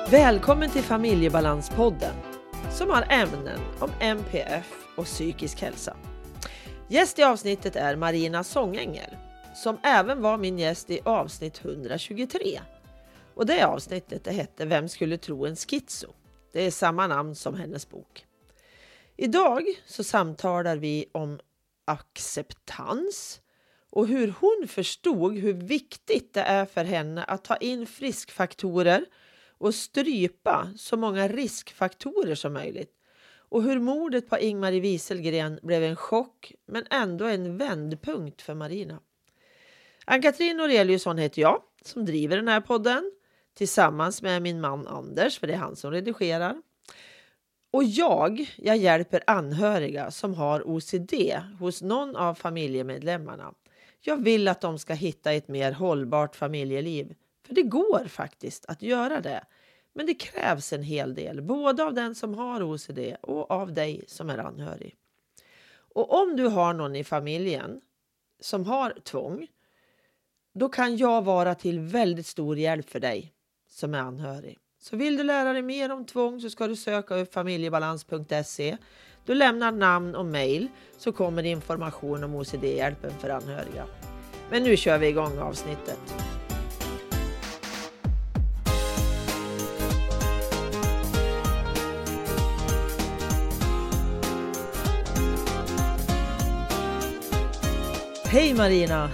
Välkommen till Familjebalanspodden som har ämnen om MPF och psykisk hälsa. Gäst i avsnittet är Marina Sångängel som även var min gäst i avsnitt 123. Och det avsnittet det hette Vem skulle tro en schizo? Det är samma namn som hennes bok. Idag så samtalar vi om acceptans och hur hon förstod hur viktigt det är för henne att ta in friskfaktorer och strypa så många riskfaktorer som möjligt. Och hur mordet på Ingmarie Wieselgren blev en chock men ändå en vändpunkt för Marina. Ann-Katrin Noreliusson heter jag som driver den här podden tillsammans med min man Anders, för det är han som redigerar. Och jag hjälper anhöriga som har OCD hos någon av familjemedlemmarna. Jag vill att de ska hitta ett mer hållbart familjeliv. För det går faktiskt att göra det. Men det krävs en hel del. Både av den som har OCD och av dig som är anhörig. Och om du har någon i familjen som har tvång. Då kan jag vara till väldigt stor hjälp för dig som är anhörig. Så vill du lära dig mer om tvång så ska du söka upp familjebalans.se. Du lämnar namn och mejl så kommer information om OCD-hjälpen för anhöriga. Men nu kör vi igång avsnittet. Hej Marina!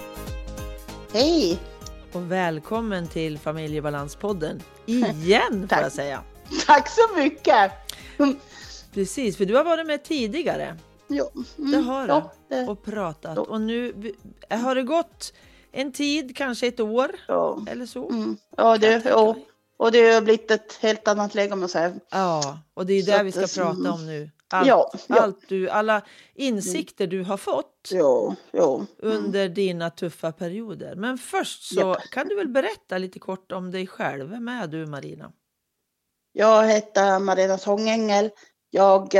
Hej! Och välkommen till Familjebalanspodden. Igen får jag säga. Tack så mycket! Precis, för du har varit med tidigare. Jo. Det har du. Och pratat. Och nu har det gått en tid, kanske ett år eller så. Ja, och det har blivit ett helt annat läge om man säger. Ja, och det är det vi ska prata om nu. Alla insikter du har fått under dina tuffa perioder. Men först så kan du väl berätta lite kort om dig själv. Vem är du, Marina? Jag heter Marina Sångängel. Jag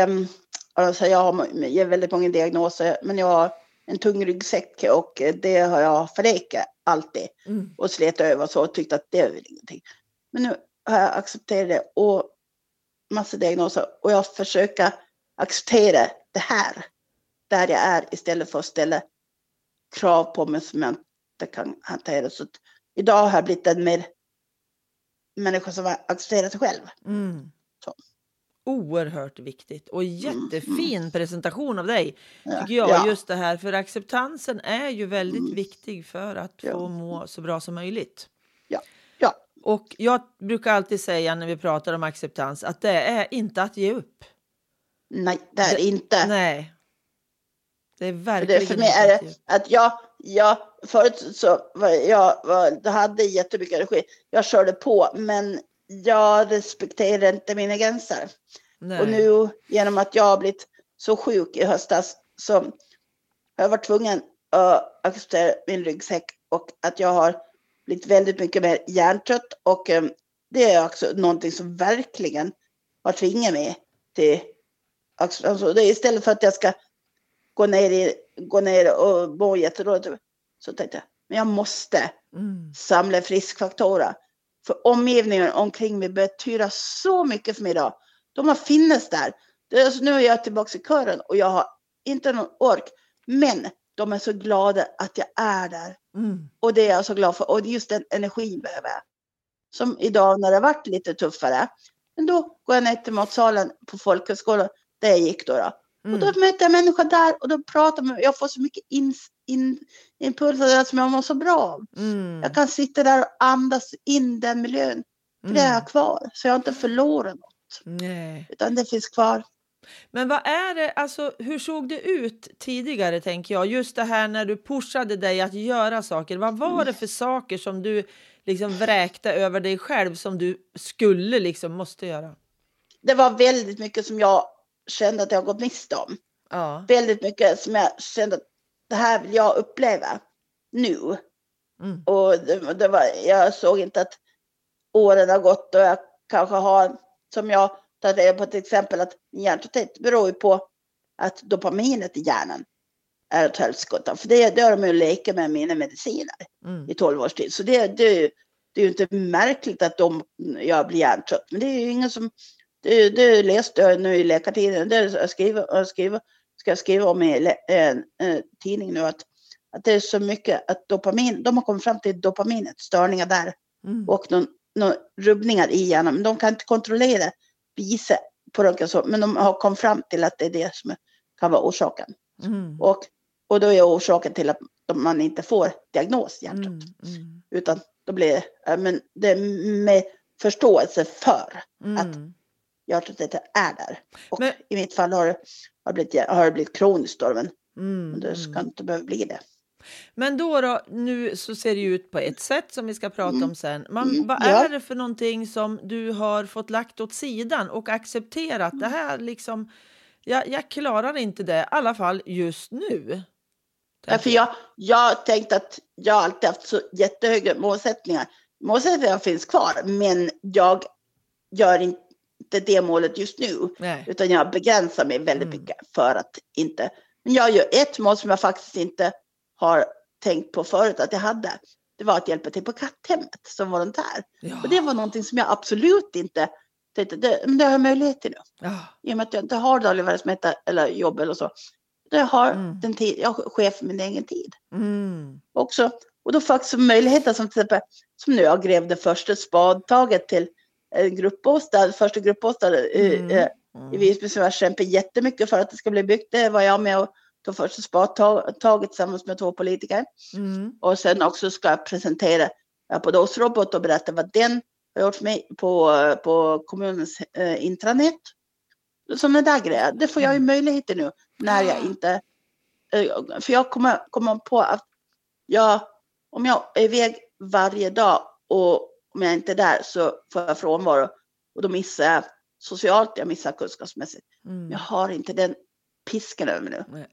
har väldigt många diagnoser, men jag har en tung ryggsäck och det har jag förnekat alltid. Och slet över så och tyckte att det är väl ingenting. Men nu har jag accepterat det och massa diagnoser och jag försöker acceptera det här där jag är istället för att ställa krav på mig som jag inte kan hantera. Så idag har jag blivit en mer människa som har accepterat sig själv. Så. Oerhört viktigt och jättefin presentation av dig tycker jag, just det här, för acceptansen är ju väldigt viktig för att få må så bra som möjligt. Ja. Och jag brukar alltid säga när vi pratar om acceptans att det är inte att ge upp. Nej, det är inte. Nej. Det är verkligen det för mig är det att jag förut så jag hade jättemycket energi. Jag körde på, men jag respekterar inte mina gränser. Nej. Och nu genom att jag har blivit så sjuk i höstas så har jag varit tvungen att acceptera min ryggsäck och att jag har blivit väldigt mycket mer hjärntrött och det är också någonting som verkligen har tvingat mig till alltså, det är istället för att jag ska gå ner och må jättedåligt så tänkte jag, men jag måste samla friskfaktorer. För omgivningen omkring mig betyder så mycket för mig idag. De har funnits där. Alltså, nu är jag tillbaka i kören och jag har inte någon ork. Men de är så glada att jag är där. Och det är jag så glad för. Och det är just den energin behöver jag. Som idag när det har varit lite tuffare. Men då går jag ner till matsalen på folkhögskolan där jag gick då. Och då möter jag människor där och då pratar jag. Jag får så mycket impulser där som jag mår så bra av. Jag kan sitta där och andas in den miljön. För det är jag kvar. Så jag har inte förlorat något. Nej. Utan det finns kvar. Men vad är det, alltså hur såg det ut tidigare tänker jag? Just det här när du pushade dig att göra saker. Vad var det för saker som du liksom vräkte över dig själv som du skulle liksom måste göra? Det var väldigt mycket som jag kände att jag gått miste om. Ja. Väldigt mycket som jag kände att det här vill jag uppleva nu. Och det var, jag såg inte att åren har gått och jag kanske har, som jag tar det på till exempel att hjärntrötthet beror ju på att dopaminet i hjärnan är ett helskotta. För det har de ju lekt med mina mediciner i 12 års tid. Så det är ju det är ju inte märkligt att jag blir hjärntrött. Men det är ju ingen som, det läste jag nu i Läkartiden. Det ska jag skriva om i en tidning nu. Att det är så mycket att dopamin, de har kommit fram till dopaminet, störningar där. Och några rubbningar i hjärnan. Men de kan inte kontrollera, visa på röntgen så. Men de har kommit fram till att det är det som kan vara orsaken. Och då är orsaken till att man inte får diagnos hjärntrött. Utan då blir det är med förståelse för att hjärttrötthet är där. Och i mitt fall har det blivit kroniskt då, men det ska inte behöva bli det. Men då, nu så ser det ut på ett sätt som vi ska prata om sen. Vad är det för någonting som du har fått lagt åt sidan och accepterat? Det här liksom, jag klarar inte det, i alla fall just nu. Ja, för jag tänkte att jag alltid haft så jättehöga målsättningar. Målsättningar finns kvar, men jag gör inte det målet just nu. Nej. Utan jag begränsar mig väldigt mycket för att inte. Men jag gör ett mål som jag faktiskt inte har tänkt på förut att jag hade. Det var att hjälpa till på katthemmet som volontär. Ja. Och det var någonting som jag absolut inte tänkte, det har jag möjlighet till nu. Ja. I och med att jag inte har daglig verksamhet eller jobb eller så. Jag har den tid, jag är chef för min egen tid. Också. Och då faktiskt möjligheter som till exempel, som nu jag grävde första spadtaget till första gruppbostad i Visby som jag kämpade jättemycket för att det ska bli byggt. Det var jag med och tog första spadtaget tillsammans med 2 politiker. Och sen också ska jag presentera på DOS-robot och berätta vad den har gjort för mig på kommunens intranät. Som en där grej. Det får jag ju möjligheter nu när jag inte. För jag kommer på att om jag är iväg varje dag och om jag inte är där så får jag frånvaro. Och då missar jag socialt, jag missar kunskapsmässigt. Jag har inte den pisken över mig nu.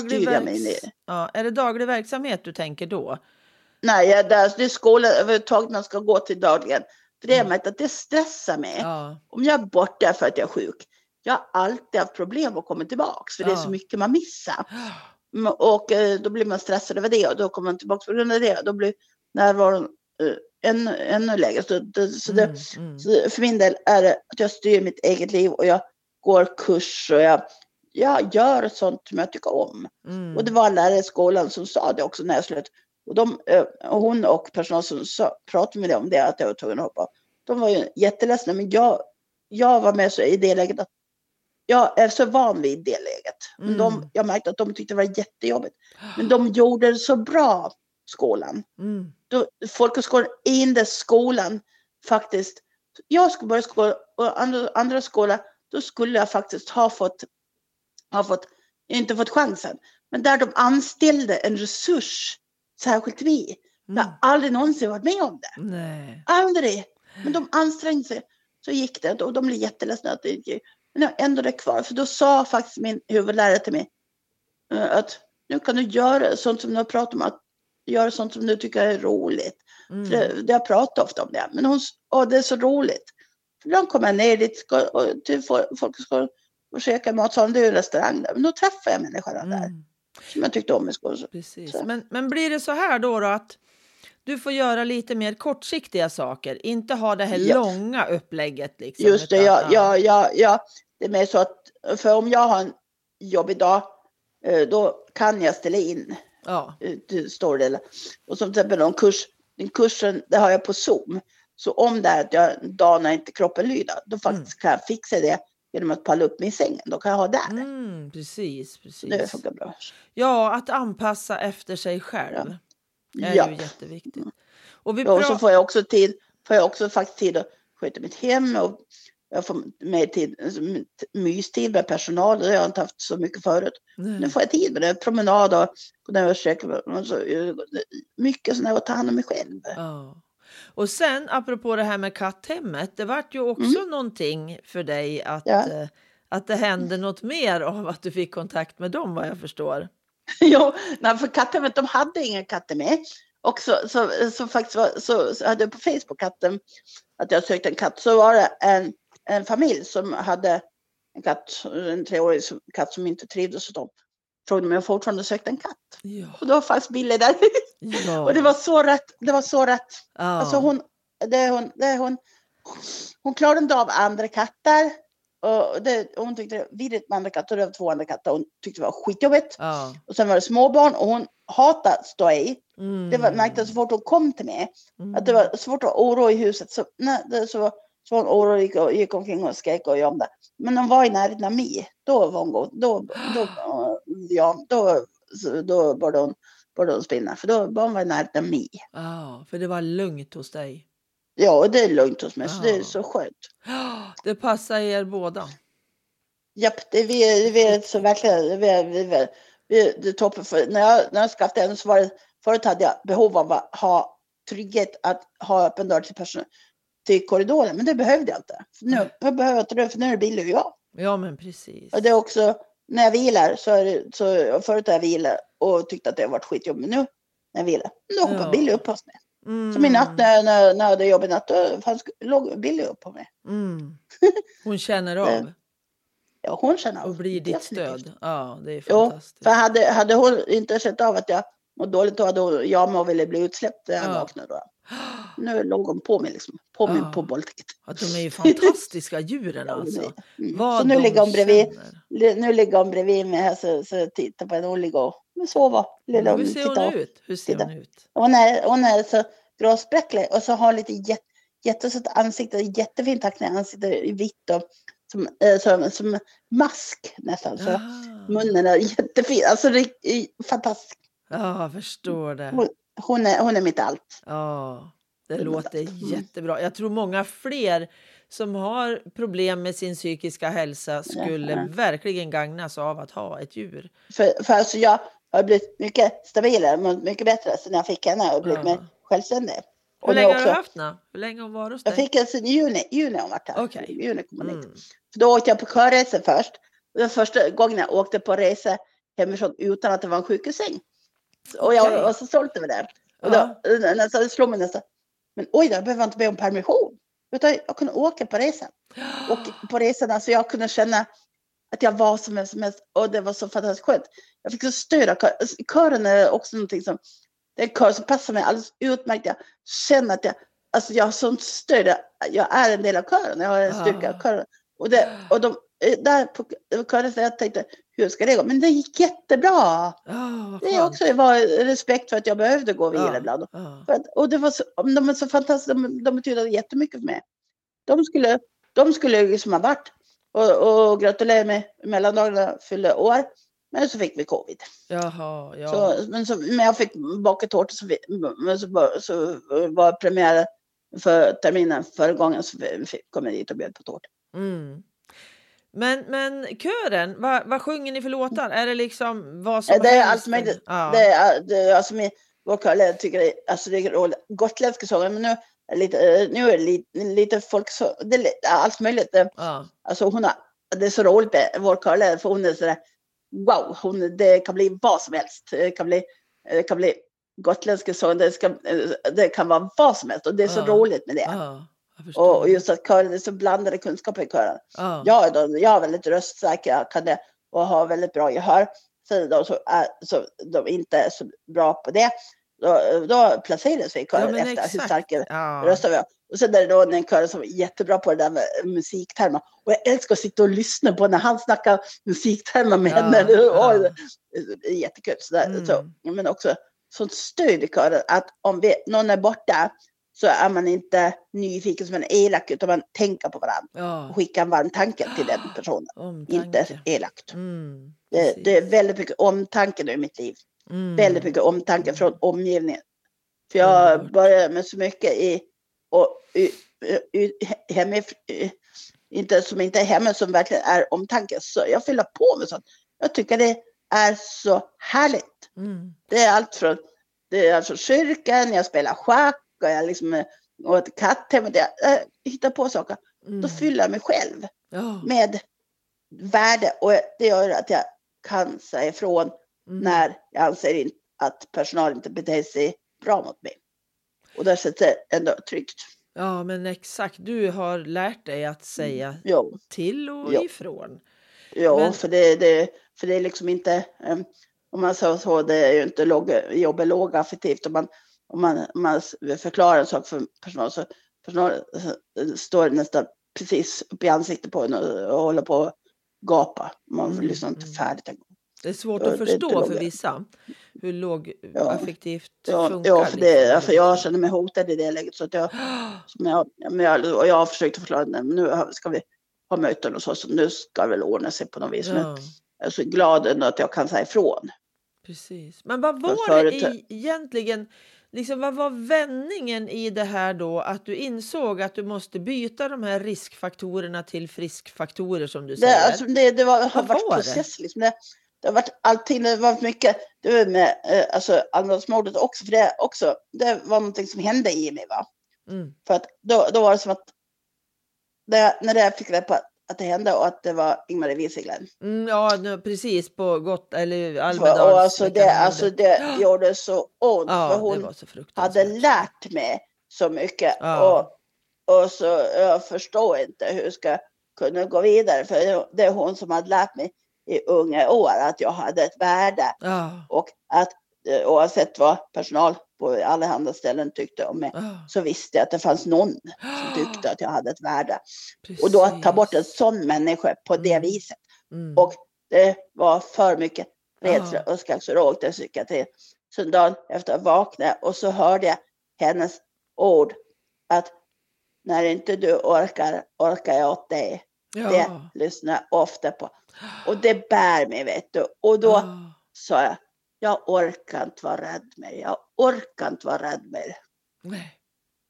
Är det daglig verksamhet du tänker då? Nej, det är skolan överhuvudtaget man ska gå till dagligen. För det är med att det stressar mig. Om jag är borta för att jag är sjuk. Jag har alltid haft problem att komma tillbaka. För det är så mycket man missar. Och då blir man stressad över det. Och då kommer man tillbaka på grund av det. Då blir närvaron ännu lägre. Så för min del är det att jag styr mitt eget liv. Och jag går kurs. Och jag gör sånt som jag tycker om. Och det var en lärare i skolan som sa det också när jag slutade. Och hon och personal som pratade med det om det. Att jag var tvungen att hoppa. De var ju jätteledsna. Men jag var med så i det läget att jag är så van vid det läget. Men jag märkte att de tyckte det var jättejobbigt. Men de gjorde det så bra, skolan. Folkhögskolan, in skolan faktiskt. Jag skulle börja skolan och andra skola, då skulle jag faktiskt inte fått chansen. Men där de anställde en resurs, särskilt vi. Jag har aldrig någonsin varit med om det. Nej. Aldrig. Men de ansträngde sig. Så gick det och de blev jätteledsna att det gick. Men jag ändå det kvar. För då sa faktiskt min huvudlärare till mig att nu kan du göra sånt som du har pratat om. Att göra sånt som du tycker är roligt. För det har pratat ofta om det. Men det är så roligt. För de kommer ner dit till folkhögskolan och käkar matsalen. Det är ju en restaurang där. Men då träffar jag människorna där. Som jag tyckte om i skolan. Precis. Men blir det så här då att du får göra lite mer kortsiktiga saker. Inte ha det här långa upplägget. Liksom, just det, ja. Det är mer så att för om jag har en jobbig dag då kan jag ställa in stor del. Och som till exempel den kursen, det har jag på Zoom. Så om det är att jag en dag när inte kroppen lyder, då faktiskt kan jag fixa det genom att palla upp mig i sängen. Då kan jag ha där. Precis. Det funkar bra. Ja, att anpassa efter sig själv är ju jätteviktigt. Och så får jag också faktiskt tid att sköta mitt hem och jag får mer tid, mystid med personal. Det har jag inte haft så mycket förut. Nu får jag tid med det. Promenad och när jag käkar. Mycket sådär att ta hand om mig själv. Och sen apropå det här med katthemmet. Det var ju också någonting för dig att det hände något mer av att du fick kontakt med dem, vad jag förstår. Jo, för katthemmet, de hade inga katter med. Och så faktiskt så hade jag på Facebook att jag sökte en katt. Så var det en familj som hade en katt, en 3-årig katt som inte trivdes hos dem. Frågade mig om jag fortfarande sökte en katt. Ja. Och då var faktiskt Billy där. Ja. Och det var så rätt. Alltså Hon klarade inte av andra katter. Och hon tyckte det var vidrigt med andra katter. Det var 2 andra katter. Hon tyckte det var skitjobbigt. Ja. Och sen var det småbarn. Och hon hatade att stå i. Det märkte så fort hon kom till mig. Att det var svårt att vara oro i huset. Så var hon orolig och gick omkring och skrek och gömde. Men hon var i närheten av mig. Då var hon god. Då började hon spinna. För då var hon i närheten av mig. Ja, för det var lugnt hos dig. Ja, det är lugnt hos mig. Så det är så skönt. Det passar er båda. Japp, vi är så verkligen. Det toppen för när jag skaffade henne så var det. Förut hade jag behov av att ha trygghet att ha öppen dörr till korridoren. Men det behövde jag inte. För nu behöver jag inte det, för nu är det Billy och jag. Ja, men precis. Och det är också, när jag vilar så förut har jag vilat och tyckte att det har varit skitjobb. Men nu när jag vilar, då hoppar Billy upp hos mig. Som i natt när jag hade jobb i natt, då låg Billy upp på mig. Hon känner av. Ja, hon känner av. Och blir ditt stöd. Ja, det är fantastiskt. För hade hon inte sett av att jag mådde dåligt, då hade jag med och ville bli utsläppt när jag vaknade då. Nu låg hon på mig liksom. På mig på bolltäcket. Ja, de är ju fantastiska djuren alltså. Så nu ligger hon bredvid mig här så tittar på henne och ligger och sover. Hur ser hon ut? Hon är så gråspräcklig och så har lite jättesött ansikte, jättefint ansikte i vitt och som mask nästan. Så munnen är jättefin. Alltså det är fantastiskt. Ja, jag förstår det. Hon är mitt allt. Ja, det låter jättebra. Jag tror många fler som har problem med sin psykiska hälsa skulle verkligen gagnas av att ha ett djur. För alltså jag har blivit mycket stabilare, mycket bättre sen jag fick henne och blivit mer självständig. Hur länge har du haft henne? Hur länge har hon varit hos dig? Jag fick henne sedan juni hon varit här. Okay. Juni kom hon hit. Så då åkte jag på körresa först. Den första gången jag åkte på resa hemifrån utan att det var en sjukhussäng. Och jag var så stolt över det. Och då nästan slog mig nästan. Men oj, jag behöver inte be om permission. Utan jag kunde åka på resan. Och på resan, alltså jag kunde känna att jag var som mest. Och det var så fantastiskt skönt. Jag fick så stöd av kören är också någonting som. Det är en kör som passar mig alldeles utmärkt. Jag känner att jag har sånt stöd. Jag är en del av kören. Jag har en styrka av kören. Och de där på kören så jag tänkte, hur ska det gå? Men det gick jättebra. Det är också var respekt för att jag behövde gå vidare ibland. Och det var så, de är så fantastiska. De betyder jättemycket för mig. De skulle liksom ha varit och gratulera mig mellandagarna fyllde år. Men så fick vi covid. Jaha, ja. Men jag fick baka tårta så var premiär för terminen förra gången så kom jag dit och bjöd på tårta. Men kören, vad sjunger ni för låtar? Är det liksom vad som det är allt möjligt. Det är alltså vår kör tycker alltså det är roligt. Gotländska sånger, men nu är det lite folk så det är allt möjligt. Alltså det är så roligt med vår kör för hon är så där wow, det kan bli vad som helst. Det kan bli gotländska sånger, det kan vara vad som helst och det är så roligt med det. Och just att kören är så blandade kunskaper i kören. Jag har väldigt röstsäker, jag kan det och har väldigt bra gehör. Så de inte är så bra på det. Då placeras vi i kören efter hur starka röstar vi har. Och sen är det då en kör som är jättebra på det där med musiktermer. Och jag älskar att sitta och lyssna på när han snackar musiktermer med henne. Det är jättekul. Men också sånt stöd i kören att om någon är borta så är man inte nyfiken som en elak utan man tänker på varandra. Och skickar en varm tanke till den personen. Inte elakt. Det är väldigt mycket omtanke nu i mitt liv. Väldigt mycket omtanke från omgivningen. För jag börjar med så mycket inte är hemma som verkligen är omtanke. Så jag fyller på med sånt. Jag tycker det är så härligt. Det är allt från kyrkan, jag spelar schack och jag liksom åt katthemmet. Jag hittar på saker. Då fyller jag mig själv med värde och det gör att jag kan säga ifrån när jag anser att personal inte beter sig bra mot mig. Och där sätter det ändå tryggt. Ja, men exakt. Du har lärt dig att säga till och ifrån. Ja, men för det är liksom inte, om man säger så, det är ju inte jobba lågaffektivt. Och om man förklarar en sak för personal så står nästan precis upp i ansiktet på en och håller på att gapa. Man lyssnar inte färdigt en gång. Det är svårt att förstå för vissa hur lågaffektivt funkar. Ja, för jag känner mig hotad i det läget. Så att jag har försökt förklara det. Men nu ska vi ha möten och så nu ska det väl ordna sig på något vis. Men jag är så glad ändå att jag kan säga ifrån. Precis. Men vad var det egentligen, liksom, vad var vändningen i det här då? Att du insåg att du måste byta de här riskfaktorerna till friskfaktorer som du säger? Det har varit process. Liksom. Det har varit allting, det var mycket, det var med Almedalsmordet också, för det var någonting som hände i mig, va? För att då var det som att när jag fick reda på att det hände och att det var Ingmarie Wieselgren. Precis, på gott eller Almedals. Och det gjorde så ont, för hon hade lärt mig så mycket och så jag förstår inte hur jag ska kunna gå vidare, för det är hon som hade lärt mig i unga år att jag hade ett värde och att oavsett vad personal på alla andra ställen tyckte om mig så visste jag att det fanns någon som tyckte att jag hade ett värde. Precis. Och då att ta bort en sån människa på det viset. Och det var för mycket rädsla och skräck till psykiatri. Så dagen efter jag vaknade och så hörde jag hennes ord att när inte du orkar jag åt dig. Det lyssnar jag ofta på. Och det bär mig, vet du. Och då sa jag orkar inte vara rädd mer. Jag orkar inte vara rädd mer. Nej.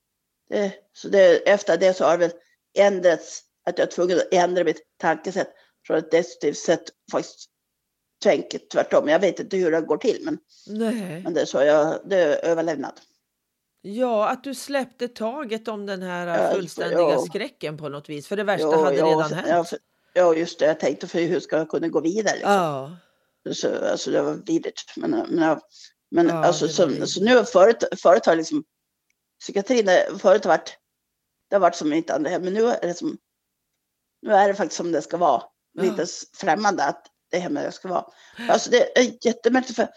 Efter det så har det väl ändrats. Att jag är tvungen att ändra mitt tankesätt. Från ett destruktivt sätt faktiskt tänker tvärtom. Jag vet inte hur det går till. Men det är så det är överlämnat. Ja, att du släppte taget om den här fullständiga skräcken på något vis. För det värsta hade redan hänt. Ja, just det. Jag tänkte för hur ska jag kunna gå vidare? Liksom. Så det var vidrigt. Men alltså, så nu förut har liksom psykiatrin förut har varit som inte andra. Men nu är det faktiskt som det ska vara. Lite främmande att det är hemma det ska vara. Alltså det är jättemärkligt för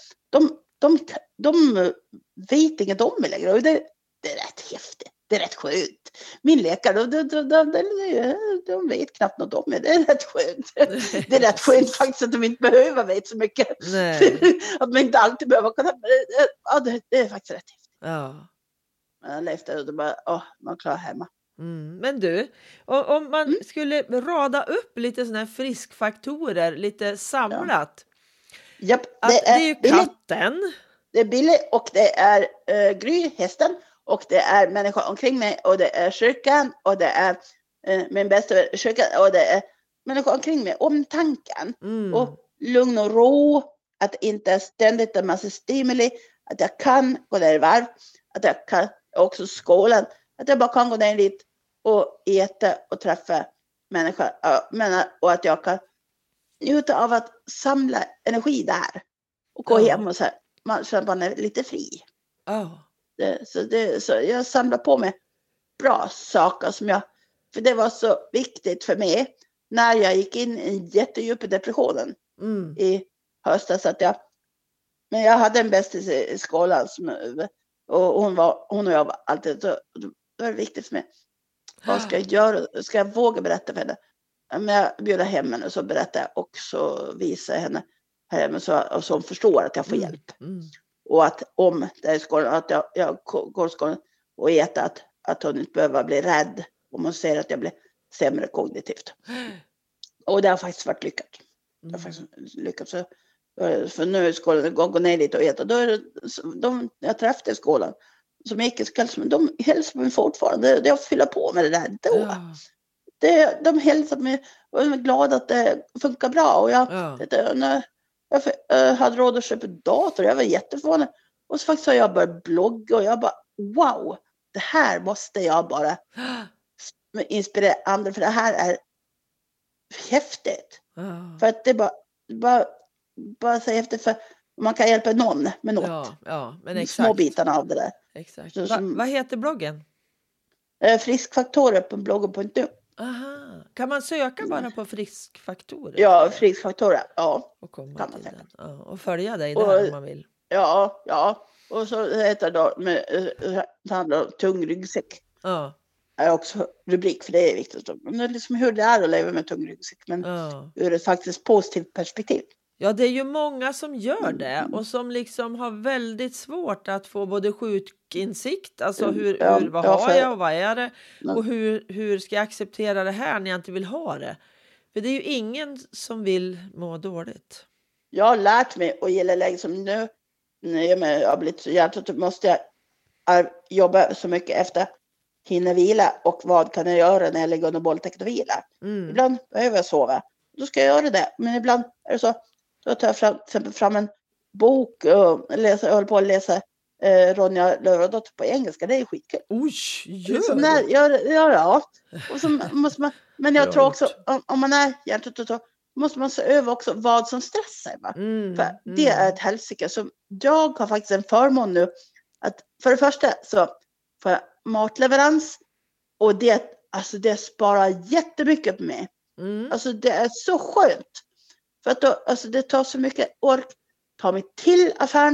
de vet inget om mig längre. Och det är rätt häftigt. Det är rätt skönt. Min läkare, de vet knappt något om mig. Det är rätt skönt. Det är rätt skönt faktiskt att de inte behöver veta så mycket. Att man inte alltid behöver kunna. Ja, det är faktiskt rätt häftigt. Ja. Men efter det bara, man klarar hemma. Men du, om man skulle rada upp lite såna här friskfaktorer, lite samlat. Japp, det är ju katten. Det är Billy och det är Gry, hästen. Och det är människor omkring mig och det är kyrkan och det är min bästa kyrkan och det är människor omkring mig. Omtanken och lugn och ro. Att inte ständigt en massa stimuli. Att jag kan gå ner i varv. Att jag kan också skolan. Att jag bara kan gå ner dit och äta och träffa människor. Och att jag kan njuta av att samla energi där. Och gå hem och så här. Man är lite fri. Så jag samlar på mig bra saker för det var så viktigt för mig när jag gick in i en jättedjup depressionen i höstas men jag hade en bästis i skolan och hon och jag var alltid så det var viktigt för mig. Vad ska jag göra? Ska jag våga berätta för henne? Men jag bjuder hem henne och så berättar jag och så visar jag henne hem så hon förstår att jag får hjälp. Och att om det är skolan, att jag går i skolan och äter att hon inte behöver bli rädd om hon ser att jag blir sämre kognitivt. Och det har faktiskt varit lyckat. Det har faktiskt lyckats. För nu är skolan, går ner dit och äter. Då är det, jag träffade i skolan som gick i skall, men de hälsar mig fortfarande. Jag fyller på med det där då. De hälsar mig och är glada att det funkar bra. Och jag hade råd att köpa dator. Jag var jätteförvånad. Och så faktiskt har jag börjat blogga. Och jag bara, wow. Det här måste jag bara inspirera andra. För det här är häftigt. För att det bara så häftigt. För man kan hjälpa någon med något. Men exakt. Små bitarna av det där. Exakt. Vad heter bloggen? Friskfaktorer på bloggen.nu. Aha. Kan man söka bara på friskfaktorer? Ja, friskfaktorer, ja. Och komma till den. Ja, och följa dig där om man vill. Ja. Och så heter det då det handlar om tung ryggsäck. Ja. Är också rubrik, för det är viktigt. Men det är liksom hur det är att leva med tung ryggsäck. Men ur ett faktiskt positivt perspektiv. Ja, det är ju många som gör det och som liksom har väldigt svårt att få både sjukinsikt, alltså vad har jag och vad är det? Och hur ska jag acceptera det här när jag inte vill ha det? För det är ju ingen som vill må dåligt. Jag har lärt mig att gilla läge som nu när jag har blivit så hjärtat, måste jag jobba så mycket efter hinna vila och vad kan jag göra när jag ligger under bolltäcket och vila. Ibland behöver jag sova. Då ska jag göra det. Men ibland är det så. Då tar jag till exempel fram en bok och jag håller på att läsa Ronja Löfvedottir på engelska. Det är skitkul. Oj, gör ja. Och så måste man, men jag tror också om man är hjärtat så måste man se över också vad som stressar. Va? För det är ett helsike. Så jag har faktiskt en förmån nu att för det första så får jag matleverans och det sparar jättemycket på mig. Alltså det är så skönt. För att då, alltså det tar så mycket ork. Ta mig till affären.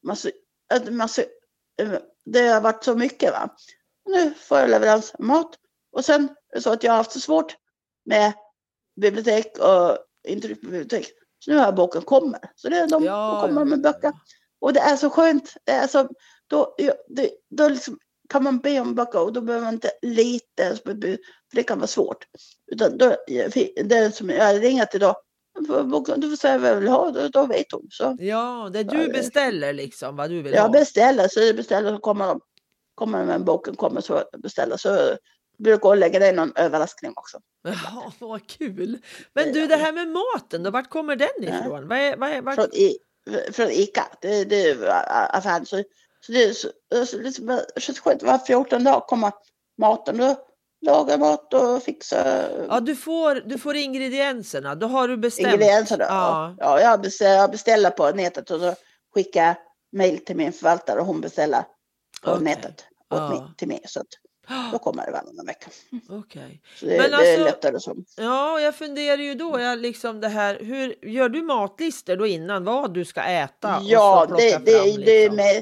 Det har varit så mycket va. Och nu får jag leverans av mat. Och sen så att jag har haft så svårt med bibliotek och internet på bibliotek. Så nu har boken kommer. Så det är de kommer med böcker. Och det är så skönt. Det är så, då liksom kan man be om böcker och då behöver man inte lita. För det kan vara svårt. Utan då, det som jag ringer till då. Du får säga vad jag vill ha, då vet hon. Så. Ja, det du beställer liksom vad du vill ha. Jag beställer så kommer med boken kommer så beställer så brukar jag lägga det i någon överraskning också. Ja, vad kul. Men du, det här med maten då, vart kommer den ifrån? Från ICA. Det är affären. Så det är så skönt. Var 14 dag kommer maten då. Laga mat och fixa. Ja, du får ingredienserna. Då har du bestämt. Ingredienserna, ja. Jag beställer på nätet och så skickar jag mejl till min förvaltare och hon beställer på nätet till mig. Så att då kommer det varannan vecka. Okej. Så det är lättare så. Ja, jag funderar ju då. Det här, hur gör du matlistor då innan vad du ska äta? Ja, och så det är med.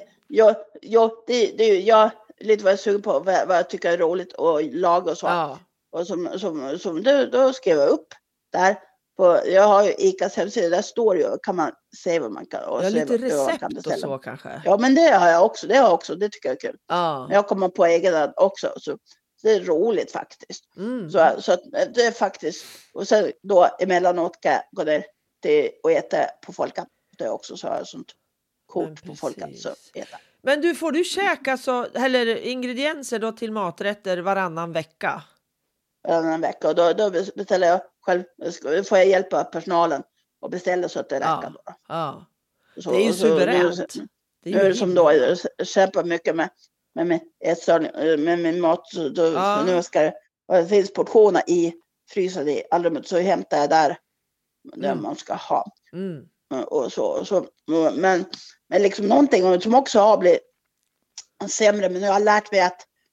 Jag lite vad jag suger på, vad jag tycker är roligt att laga och så. Ja. Och som då skrev jag upp där. Jag har ju ICAs hemsida, där står ju, kan man se vad man kan. Och lite recept och så kanske. Ja, men det har jag också, det tycker jag är kul. Ja. Jag kommer på egen hand också, så det är roligt faktiskt. Så att det är faktiskt, och sen då emellanåt kan jag gå ner till och äta på Folkan. Det är också så här sånt kort på Folkan, så äta. Men får du käka eller ingredienser då till maträtter varannan vecka? Varannan vecka. Och då beställer jag själv. Får jag hjälpa personalen och beställa så att det räcker. Då. Ja. Så, det är ju suveränt. Nu är det som då jag kämpar mycket med min mat. Så nu det finns portioner i frysen i allrummet, så hämtar jag där man ska ha. Och så. Men liksom någonting som också har blivit sämre, men nu har jag lärt mig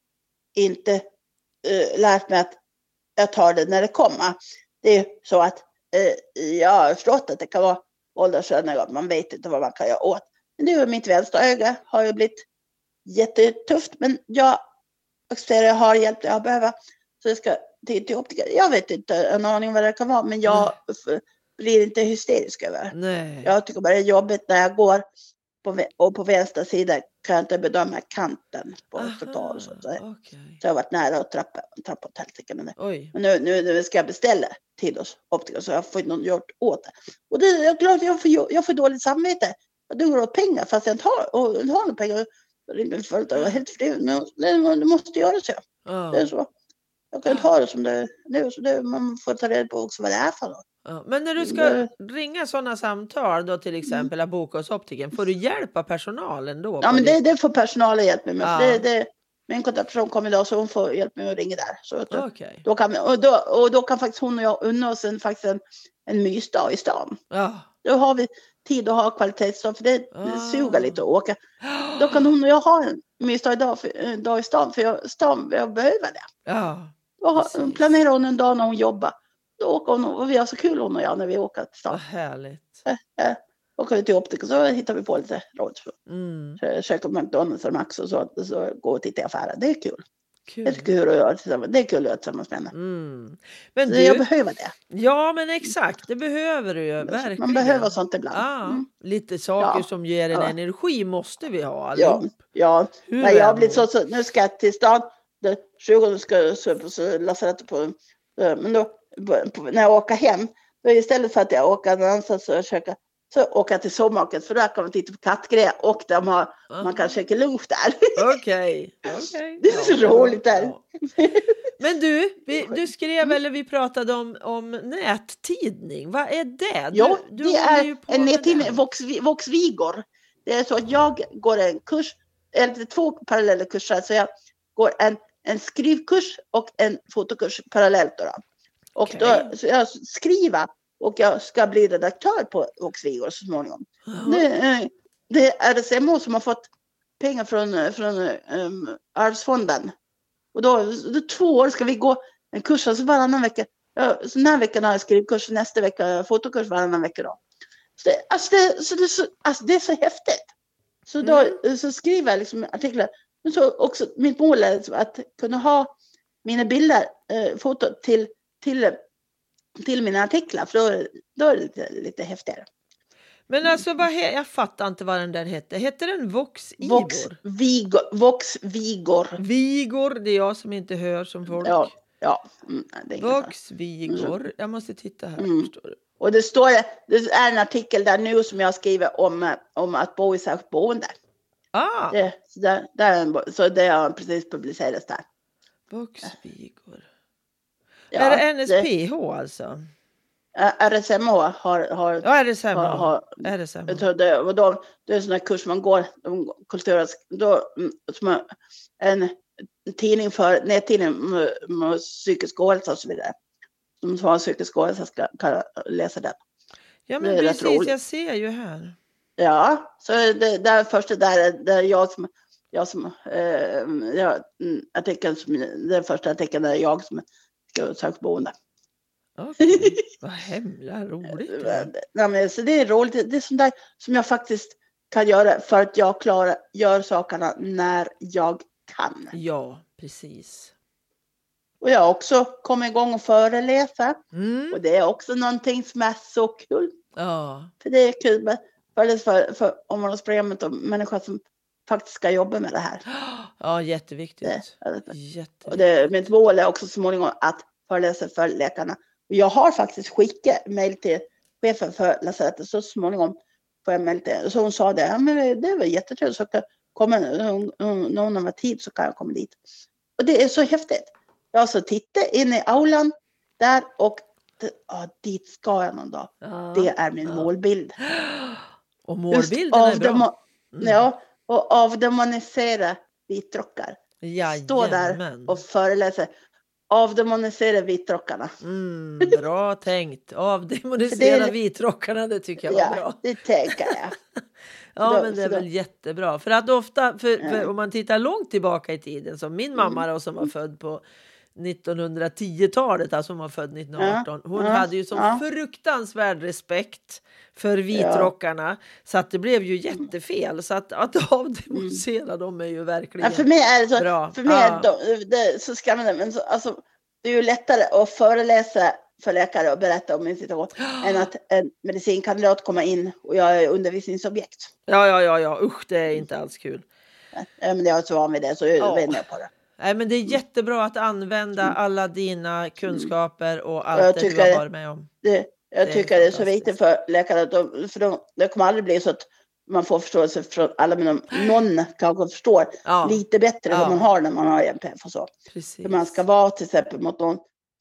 att jag tar det när det kommer. Det är så att jag har förstått att det kan vara åldersskillnad, man vet inte vad man kan göra åt. Men nu mitt vänstra öga har ju blivit jättetufft, men jag accepterar, jag har hjälp jag behöver. Så jag ska till optiker. Jag vet inte en aning vad det kan vara, men jag blir inte hysterisk över. Nej. Jag tycker bara det är jobbigt när jag går på vänster sida kan jag inte bedöma kanten på trottoaren. Så jag har varit nära att trappa åt helsike. Men nu ska jag beställa till oss optiker, så jag får någon gjort åt det. Och det är klart jag får dåligt samvete. Jag går åt pengar fast jag inte har några pengar. Det måste göra så. Det är så. Jag kan inte ha det som det är nu. Så man får ta reda på också vad det är för något. Ja, men när du ska ringa sådana samtal då, till exempel att boka hos optiken, får du hjälp av personalen då? Ja, men det får personalen hjälp med. För min kontaktperson kommer idag, så hon får hjälp med att ringa där. Så då kan faktiskt hon och jag unna oss en mysdag i stan. Ja. Då har vi tid att ha kvalitetsdag, för det suger lite att åka. Då kan hon och jag ha en mysdag dag i stan, för jag behöver det. Ja. Då planerar hon en dag när hon jobbar. Då åker hon, och vi har så kul hon och jag när vi åker till stan. Vad härligt. åker vi till optiker så hittar vi på lite råd. Käkar på McDonalds och Max och så går och tittar i affären. Det är kul. Det är kul att göra tillsammans. Det är kul att göra tillsammans med henne. Men så jag behöver det. Ja, men exakt. Det behöver du ju. Verkligen. Man behöver sånt ibland. Lite saker som ger en energi måste vi ha allihop. Ja. Nej, jag har blivit så nu ska jag till stan. 20 ska jag så lasarettet på. Men då när jag åker hem. Då istället för att jag åker någonstans så åker jag till Sommarket. För där kan man titta på kattgrejer. Och man kan käka lunch där. Okej. Det är så roligt där. Ja. Men du skrev eller vi pratade om nättidning. Vad är det? Det är en nättidning, Vox Vigor. Det är så att jag går en kurs, eller 2 parallella kurser. Så jag går en skrivkurs och en fotokurs parallellt. Och då så jag skriver och jag ska bli redaktör på Vox Vigor så småningom. Det är RSMO som har fått pengar från Arvsfonden. Och då 2 år ska vi gå en kurs alltså varannan vecka. Så den här veckan har jag skrivkurs och nästa vecka fotokurs varannan vecka då. Det är så häftigt. Så då så skriver jag liksom artiklar. Men så också mitt mål är att kunna ha mina bilder, foto till mina artiklar. För då är det lite häftigare. Men alltså, jag fattar inte vad den där hette. Heter den Vox Igor? Vox Vigor. Vigor, det är jag som inte hör som folk. Ja. Vox Vigor. Jag måste titta här, förstår du. Och det är en artikel där nu som jag skriver om att bo i särskilt boende. Så det har precis publicerats där. Vox Vigor. Är det NSPH alltså? RSMH har RSMH. Det är sån här kurs man går en tidning för nättidning med psykisk ohälsa och så vidare. De som har psykisk ohälsa kan läsa den. Ja, men precis, jag ser ju här. Ja, så det är första där den första artikeln där jag som ska söka boende. Okej, vad hemla roligt. Så det är roligt. Det är sånt där som jag faktiskt kan göra för att jag gör sakerna när jag kan. Ja, precis. Och jag har också kommit igång och föreläsa. Och det är också någonting som är så kul. Ja. För det är kul för omvårdnadsprogrammet och människor som faktiskt ska jobba med det här. Ja, jätteviktigt. Och mitt mål är också småningom att föreläsa för läkarna. Och jag har faktiskt skickat mejl till chefen för lasarettet så småningom får jag mejl till. Så hon sa det, men det var jättetrevligt så kan komma någon av tid så kan jag komma dit. Och det är så häftigt. Jag har så tittat in i aulan där och dit ska jag någon dag. Det är min målbild. Och målbilden är bra. Ja, och avdemonisera vitrockar. Stå där och föreläsa. Avdemonisera vitrockarna. Bra tänkt. Avdemonisera vitrockarna, det tycker jag var bra. Ja, det tänker jag. Men det är väl jättebra. För att ofta, om man tittar långt tillbaka i tiden, som min mamma då, som var född på 1910-talet, alltså hon var född 1918. Hon hade ju så fruktansvärd respekt för vitrockarna så att det blev ju jättefel. Så att avdemonisera dem är ju verkligen för mig är det så, bra. För mig är det så skrämmande. Men alltså, det är ju lättare att föreläsa för läkare och berätta om min situation än att en medicinkandidat kommer in och jag är undervisningsobjekt. Ja. Usch, det är inte alls kul. Men jag är så van vid det så jag vet jag på det. Nej, men det är jättebra att använda alla dina kunskaper och allt det du har varit med om. Jag tycker det är så viktigt för läkare. Det kommer aldrig bli så att man får förståelse från alla. Men någon kanske förstår lite bättre vad man har när man har MPF och så. Precis. Hur man ska vara till exempel mot någon.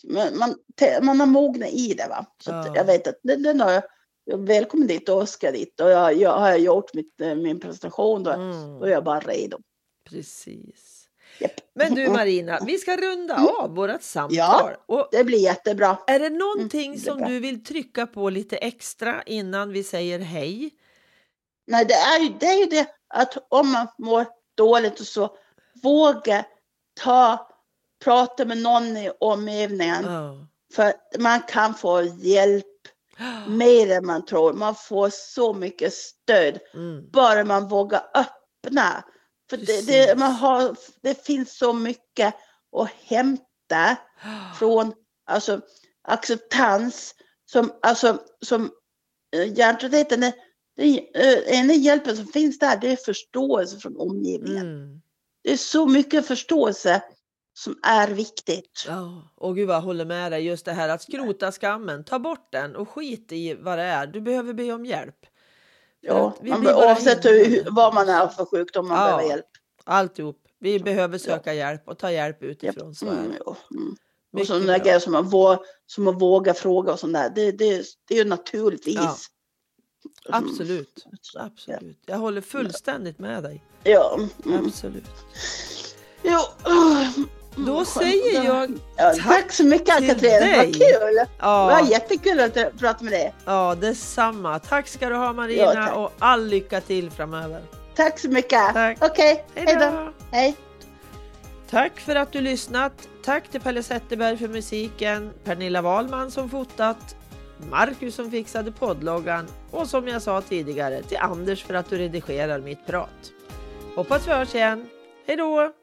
Man har mogna i det va. Så att jag vet att den har jag välkommen dit och ska dit. Och jag har gjort min presentation. Då är jag bara redo. Precis. Yep. Men du Marina, vi ska runda av vårt samtal. Ja, och det blir jättebra. Är det någonting som du vill trycka på lite extra innan vi säger hej? Nej, det är ju det att om man mår dåligt och så våga prata med någon i omgivningen. För man kan få hjälp Mer än man tror. Man får så mycket stöd. Bara man vågar öppna. För det finns så mycket att hämta från alltså, acceptans. Som hjärntröttheten den hjälpen som finns där. Det är förståelse från omgivningen. Det är så mycket förståelse som är viktigt. Och gud vad jag håller med dig. Just det här att skrota skammen. Ta bort den och skit i vad det är. Du behöver be om hjälp. Ja, oavsett vad man är för sjukdom man behöver hjälp. Alltihop. Vi behöver söka hjälp och ta hjälp utifrån. Så är det. Och sådana grejer som att våga fråga och sånt där. Det är ju naturligtvis. Ja. Absolut. Jag håller fullständigt med dig. Ja. Absolut. Jo. Då säger jag tack så mycket Katrin, vad kul. Det var jättekul att prata med dig. Ja, detsamma. Tack ska du ha Marina och all lycka till framöver. Tack så mycket. Okej, hej då. Hej. Tack för att du lyssnat. Tack till Pelle Zetterberg för musiken, Pernilla Wahlman som fotat, Marcus som fixade poddloggan och som jag sa tidigare till Anders för att du redigerar mitt prat. Hoppas vi hörs igen. Hej då!